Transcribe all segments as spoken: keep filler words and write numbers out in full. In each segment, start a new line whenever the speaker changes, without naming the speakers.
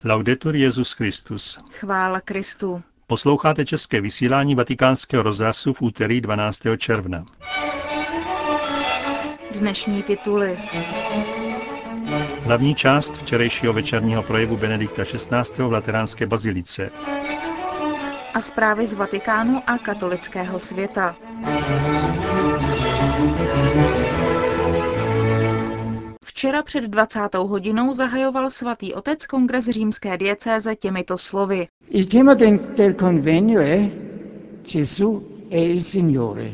Laudetur Jesus Christus.
Chvála Kristu.
Posloucháte české vysílání Vatikánského rozhlasu v úterý dvanáctého června.
Dnešní tituly.
Hlavní část včerejšího večerního projevu Benedikta šestnáctého v Lateránské bazilice.
A zprávy z Vatikánu a katolického světa. Včera před dvacátou hodinou zahajoval svatý otec kongres římské diecéze těmito slovy.
Il tema del convegno è Gesù è il Signore.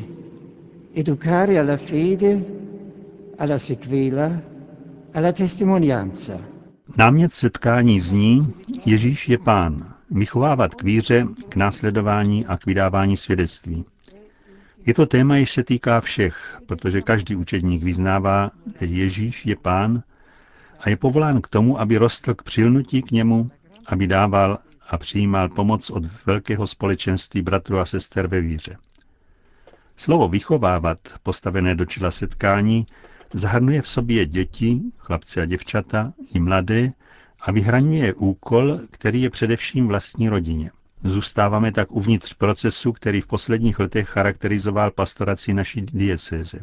Educare alla fede, alla sequela, alla testimonianza.
Námět setkání zní: Ježíš je Pán. Vychovávat k víře, k následování a k vydávání svědectví. Je to téma, jež se týká všech, protože každý učedník vyznává, že Ježíš je Pán a je povolán k tomu, aby rostl k přilnutí k němu, aby dával a přijímal pomoc od velkého společenství bratrů a sester ve víře. Slovo vychovávat, postavené do čela setkání, zahrnuje v sobě děti, chlapce a děvčata, i mladé a vyhraňuje úkol, který je především vlastní rodině. Zůstáváme tak uvnitř procesu, který v posledních letech charakterizoval pastoraci naší diecéze.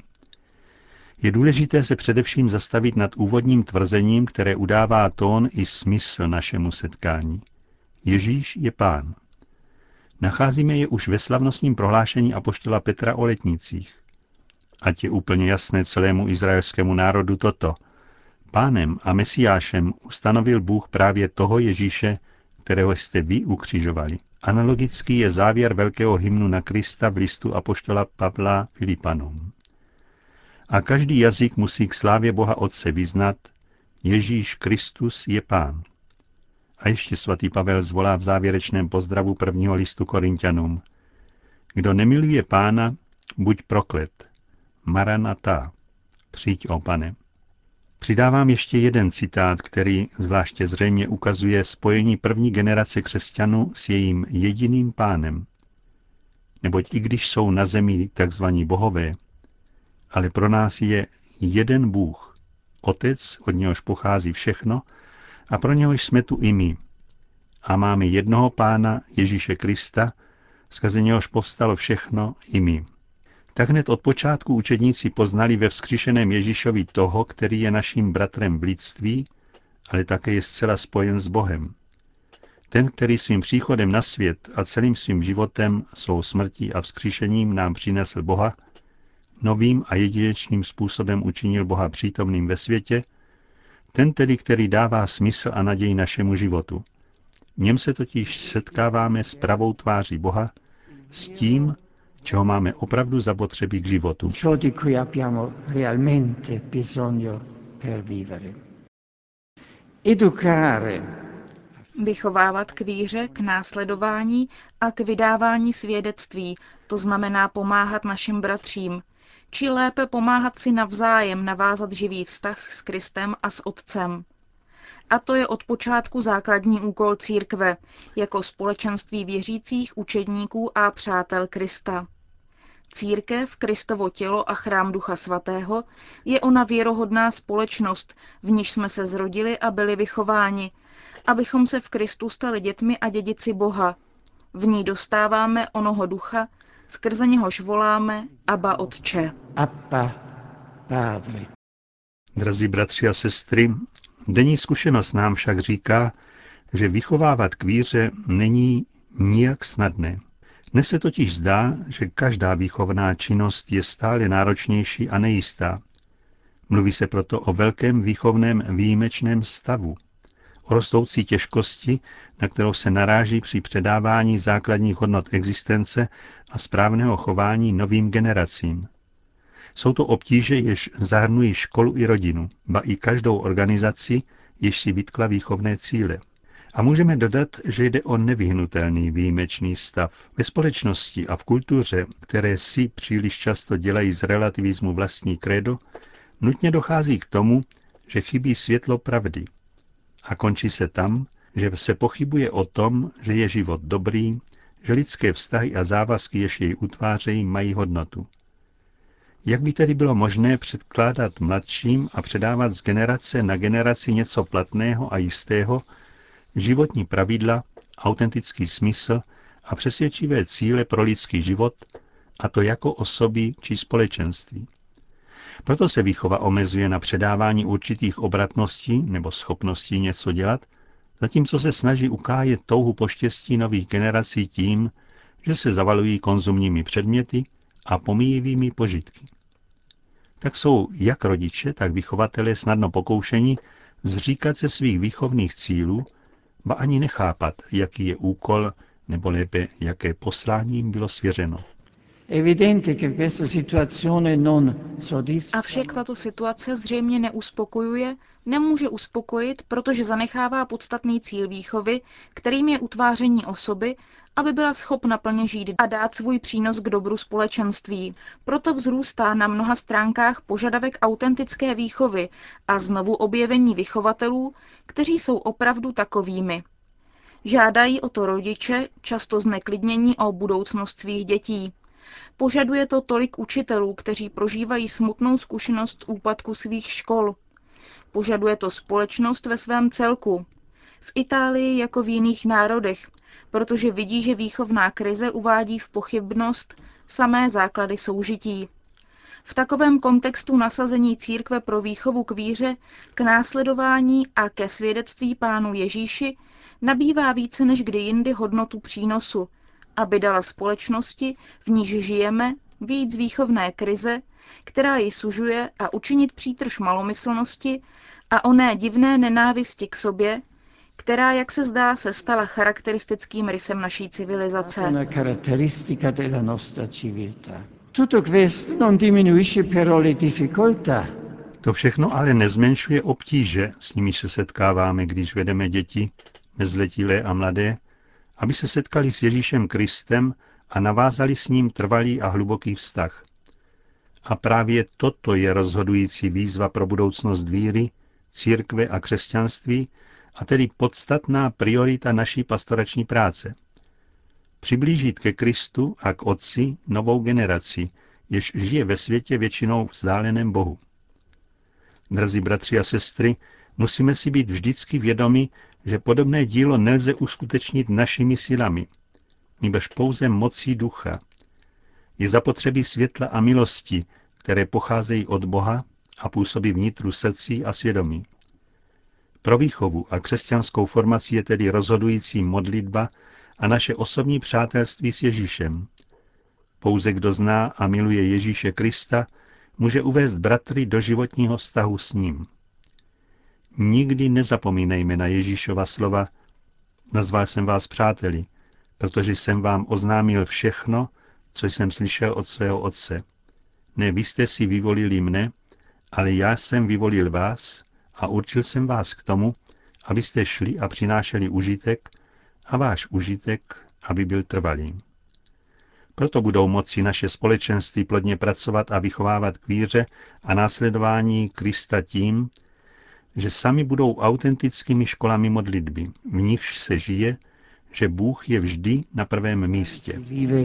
Je důležité se především zastavit nad úvodním tvrzením, které udává tón i smysl našemu setkání. Ježíš je Pán. Nacházíme je už ve slavnostním prohlášení apoštola Petra o letnicích. Ať je úplně jasné celému izraelskému národu toto. Pánem a Mesiášem ustanovil Bůh právě toho Ježíše, kterého jste vy ukřižovali. Analogický je závěr velkého hymnu na Krista v listu apoštola Pavla Filipanům. A každý jazyk musí k slávě Boha Otce vyznat: Ježíš Kristus je Pán. A ještě svatý Pavel zvolá v závěrečném pozdravu prvního listu Korinťanům: Kdo nemiluje Pána, buď proklet. Maranatá. Přijď, ó Pane. Přidávám ještě jeden citát, který zvláště zřejmě ukazuje spojení první generace křesťanů s jejím jediným Pánem. Neboť i když jsou na zemi takzvaní bohové, ale pro nás je jeden Bůh, Otec, od něhož pochází všechno, a pro něhož jsme tu i my. A máme jednoho Pána, Ježíše Krista, skrze něhož povstalo všechno i my. Tak hned od počátku učedníci poznali ve vzkříšeném Ježíšovi toho, který je naším bratrem v lidství, ale také je zcela spojen s Bohem. Ten, který svým příchodem na svět a celým svým životem, svou smrtí a vzkříšením nám přinesl Boha, novým a jedinečným způsobem učinil Boha přítomným ve světě, ten tedy, který dává smysl a naději našemu životu. V něm se totiž setkáváme s pravou tváří Boha, s tím, čeho máme opravdu zapotřebí k životu.
Vychovávat k víře, k následování a k vydávání svědectví, to znamená pomáhat našim bratřím, či lépe pomáhat si navzájem navázat živý vztah s Kristem a s Otcem. A to je od počátku základní úkol církve, jako společenství věřících, učedníků a přátel Krista. Církev, Kristovo tělo a chrám Ducha Svatého je ona věrohodná společnost, v níž jsme se zrodili a byli vychováni, abychom se v Kristu stali dětmi a dědici Boha. V ní dostáváme onoho ducha, skrze něhož voláme Abba Otče.
Abba, Padre.
Drazí bratři a sestry, denní zkušenost nám však říká, že vychovávat k víře není nijak snadné. Dnes se totiž zdá, že každá výchovná činnost je stále náročnější a nejistá. Mluví se proto o velkém výchovném výjimečném stavu, o rostoucí těžkosti, na kterou se naráží při předávání základních hodnot existence a správného chování novým generacím. Jsou to obtíže, jež zahrnují školu i rodinu, ba i každou organizaci, jež si vytkla výchovné cíle. A můžeme dodat, že jde o nevyhnutelný výjimečný stav. Ve společnosti a v kultuře, které si příliš často dělají z relativismu vlastní krédo, nutně dochází k tomu, že chybí světlo pravdy. A končí se tam, že se pochybuje o tom, že je život dobrý, že lidské vztahy a závazky, jež jej utvářejí, mají hodnotu. Jak by tedy bylo možné předkládat mladším a předávat z generace na generaci něco platného a jistého, životní pravidla, autentický smysl a přesvědčivé cíle pro lidský život, a to jako osoby či společenství. Proto se výchova omezuje na předávání určitých obratností nebo schopností něco dělat, zatímco se snaží ukájet touhu po štěstí nových generací tím, že se zavalují konzumními předměty a pomíjivými požitky. Tak jsou jak rodiče, tak vychovatelé snadno pokoušeni zříkat se svých výchovných cílů, ba ani nechápat, jaký je úkol, nebo lépe, jaké poslání jim bylo svěřeno.
Avšak tato situace zřejmě neuspokojuje, nemůže uspokojit, protože zanechává podstatný cíl výchovy, kterým je utváření osoby, aby byla schopna plně žít a dát svůj přínos k dobru společenství. Proto vzrůstá na mnoha stránkách požadavek autentické výchovy a znovu objevení vychovatelů, kteří jsou opravdu takovými. Žádají o to rodiče, často zneklidnění o budoucnost svých dětí. Požaduje to tolik učitelů, kteří prožívají smutnou zkušenost úpadku svých škol. Požaduje to společnost ve svém celku. V Itálii jako v jiných národech, protože vidí, že výchovná krize uvádí v pochybnost samé základy soužití. V takovém kontextu nasazení církve pro výchovu k víře, k následování a ke svědectví Pánu Ježíši nabývá více než kdy jindy hodnotu přínosu, aby dala společnosti, v níž žijeme, víc výchovné krize, která ji sužuje, a učinit přítrž malomyslnosti a oné divné nenávisti k sobě, která, jak se zdá, se stala charakteristickým rysem naší civilizace.
To všechno ale nezmenšuje obtíže, s nimi se setkáváme, když vedeme děti, nezletilé a mladé, aby se setkali s Ježíšem Kristem a navázali s ním trvalý a hluboký vztah. A právě toto je rozhodující výzva pro budoucnost víry, církve a křesťanství, a tedy podstatná priorita naší pastorační práce. Přiblížit ke Kristu a k Otci novou generaci, jež žije ve světě většinou vzdáleném Bohu. Drazí bratři a sestry, musíme si být vždycky vědomi, že podobné dílo nelze uskutečnit našimi silami, nýbrž pouze mocí ducha. Je zapotřebí světla a milosti, které pocházejí od Boha a působí vnitru srdcí a svědomí. Pro výchovu a křesťanskou formaci je tedy rozhodující modlitba a naše osobní přátelství s Ježíšem. Pouze kdo zná a miluje Ježíše Krista, může uvést bratry do životního vztahu s ním. Nikdy nezapomínejme na Ježíšova slova: nazval jsem vás přáteli, protože jsem vám oznámil všechno, co jsem slyšel od svého Otce. Ne vy jste si vyvolili mne, ale já jsem vyvolil vás a určil jsem vás k tomu, abyste šli a přinášeli užitek, a váš užitek, aby byl trvalý. Proto budou moci naše společenství plodně pracovat a vychovávat k víře a následování Krista tím, že sami budou autentickými školami modlitby, v nichž se žije, že Bůh je vždy na prvém místě.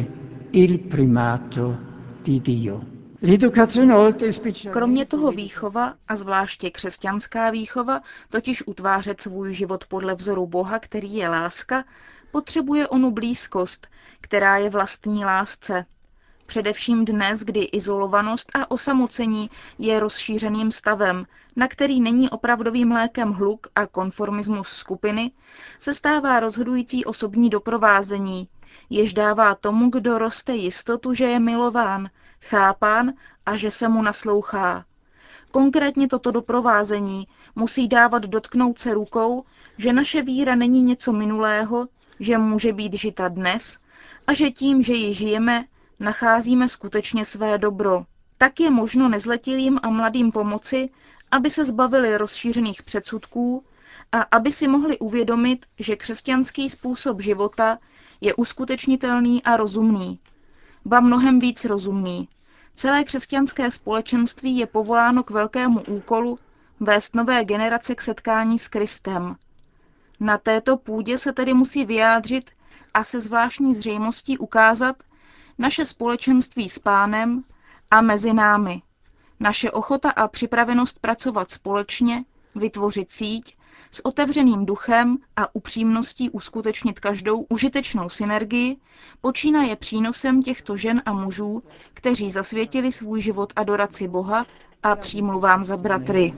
Kromě toho výchova, a zvláště křesťanská výchova, totiž utvářet svůj život podle vzoru Boha, který je láska, potřebuje onu blízkost, která je vlastní lásce. Především dnes, kdy izolovanost a osamocení je rozšířeným stavem, na který není opravdovým lékem hluk a konformismus skupiny, se stává rozhodující osobní doprovázení, jež dává tomu, kdo roste, jistotu, že je milován, chápán a že se mu naslouchá. Konkrétně toto doprovázení musí dávat dotknout se rukou, že naše víra není něco minulého, že může být žita dnes a že tím, že ji žijeme, nacházíme skutečně své dobro. Tak je možno nezletilým a mladým pomoci, aby se zbavili rozšířených předsudků a aby si mohli uvědomit, že křesťanský způsob života je uskutečnitelný a rozumný. Ba mnohem víc rozumný. Celé křesťanské společenství je povoláno k velkému úkolu vést nové generace k setkání s Kristem. Na této půdě se tedy musí vyjádřit a se zvláštní zřejmostí ukázat naše společenství s Pánem a mezi námi. Naše ochota a připravenost pracovat společně, vytvořit síť, s otevřeným duchem a upřímností uskutečnit každou užitečnou synergii, počínaje přínosem těchto žen a mužů, kteří zasvětili svůj život adoraci Boha a přímluvám za bratry.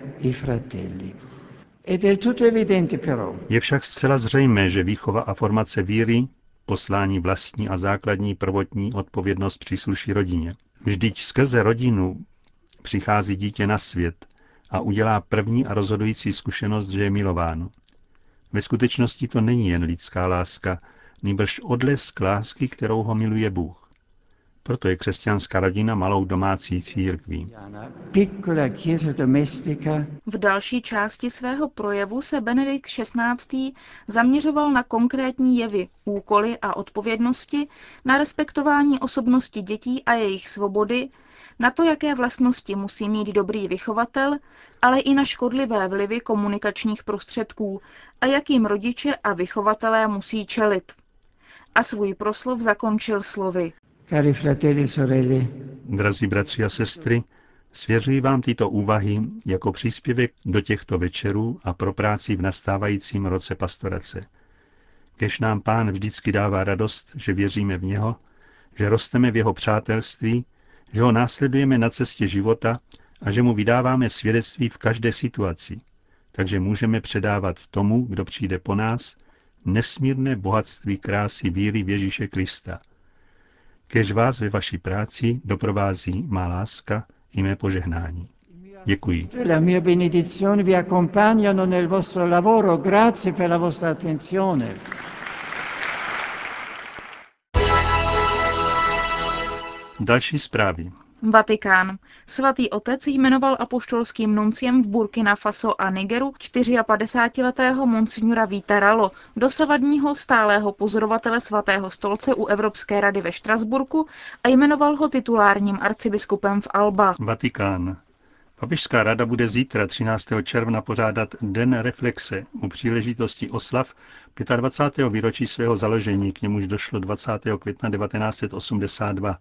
Je však zcela zřejmé, že výchova a formace víry, poslání vlastní a základní prvotní odpovědnost přísluší rodině. Vždyť skrze rodinu přichází dítě na svět a udělá první a rozhodující zkušenost, že je milováno. Ve skutečnosti to není jen lidská láska, nýbrž odlesk lásky, kterou ho miluje Bůh. Proto je křesťanská rodina malou domácí církví.
V další části svého projevu se Benedikt šestnáctý zaměřoval na konkrétní jevy, úkoly a odpovědnosti, na respektování osobnosti dětí a jejich svobody, na to, jaké vlastnosti musí mít dobrý vychovatel, ale i na škodlivé vlivy komunikačních prostředků a jakým rodiče a vychovatelé musí čelit. A svůj proslov zakončil slovy.
Cari fratelli, sorelle.
Drazí bratři a sestry, svěřuji vám tyto úvahy jako příspěvek do těchto večerů a pro práci v nastávajícím roce pastorace. Kež nám Pán vždycky dává radost, že věříme v něho, že rosteme v jeho přátelství, že ho následujeme na cestě života a že mu vydáváme svědectví v každé situaci, takže můžeme předávat tomu, kdo přijde po nás, nesmírné bohatství krásy víry v Ježíše Krista. Kéž vás ve vaší práci doprovází má láska i mé požehnání. Děkuji.
La mia benedizione vi accompagnano nel vostro lavoro. Grazie per la vostra attenzione.
Další zprávy.
Vatikán. Svatý otec jmenoval apoštolským nunciem v Burkina Faso a Nigeru padesátčtyřletého monsignora Vítaralo, dosavadního stálého pozorovatele Svatého stolce u Evropské rady ve Štrasburku, a jmenoval ho titulárním arcibiskupem v Alba.
Vatikán. Papežská rada bude zítra třináctého června pořádat Den reflexe u příležitosti oslav dvacátého pátého výročí svého založení, k němuž došlo dvacátého května devatenáct set osmdesát dva.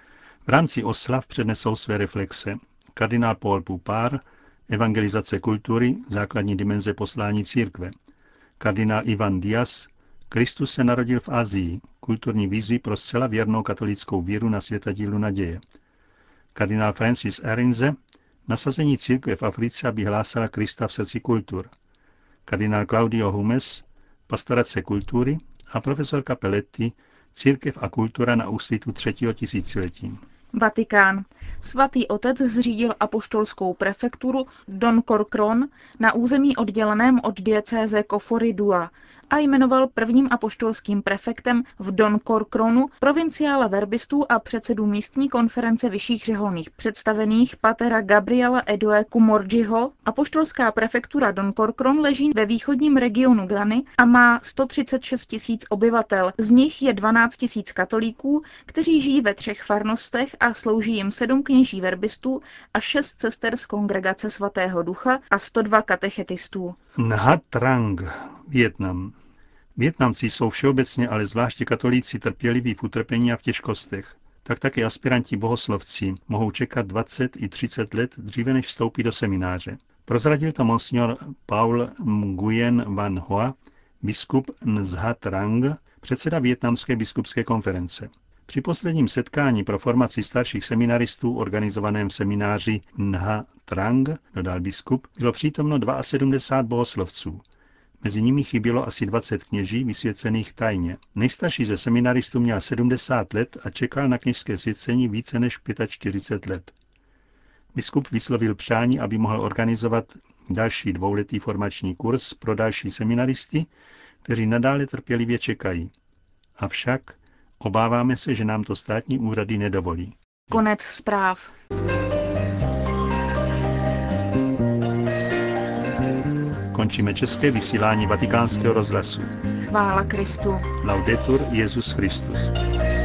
V rámci oslav přednesou své reflexe kardinál Paul Poupard, evangelizace kultury, základní dimenze poslání církve, kardinál Ivan Diaz, Kristus se narodil v Asii, kulturní výzvy pro zcela věrnou katolickou víru na světadílu naděje, kardinál Francis Arinze, nasazení církve v Africe, aby hlásala Krista v srdci kultur, kardinál Claudio Humes, pastorace kultury a profesorka Pelletti, církev a kultura na úsvitu třetího tisíciletí.
Vatikán. Svatý otec zřídil apoštolskou prefekturu Don Corcron na území odděleném od diecéze Koforidua a jmenoval prvním apoštolským prefektem v Don Corcronu provinciála verbistů a předsedu místní konference vyšších řeholných představených patera Gabriela Edoe Kumorjiho. Apoštolská prefektura Don Corcron leží ve východním regionu Ghany a má sto třicet šest tisíc obyvatel. Z nich je dvanáct tisíc katolíků, kteří žijí ve třech farnostech a slouží jim sedm kněží verbistů a šest sester z kongregace svatého ducha a sto dva katechetistů.
Nha Trang, Vietnam. Vietnamci jsou všeobecně, ale zvláště katolíci trpěliví v utrpení a v těžkostech. Tak také aspiranti bohoslovci mohou čekat dvacet i třicet let dříve, než vstoupí do semináře. Prozradil to monsignor Paul Nguyen Van Hoa, biskup Nha Trang, předseda Vietnamské biskupské konference. Při posledním setkání pro formaci starších seminaristů organizovaném v semináři Nha Trang, dodal biskup, bylo přítomno sedmdesát dva bohoslovců. Mezi nimi chybělo asi dvacet kněží vysvěcených tajně. Nejstarší ze seminaristů měl sedmdesát let a čekal na kněžské svěcení více než čtyřicet pět let. Biskup vyslovil přání, aby mohl organizovat další dvouletý formační kurz pro další seminaristy, kteří nadále trpělivě čekají. Avšak obáváme se, že nám to státní úřady nedovolí.
Konec zpráv.
Končíme české vysílání Vatikánského rozhlasu.
Chvála Kristu.
Laudetur Jesus Christus.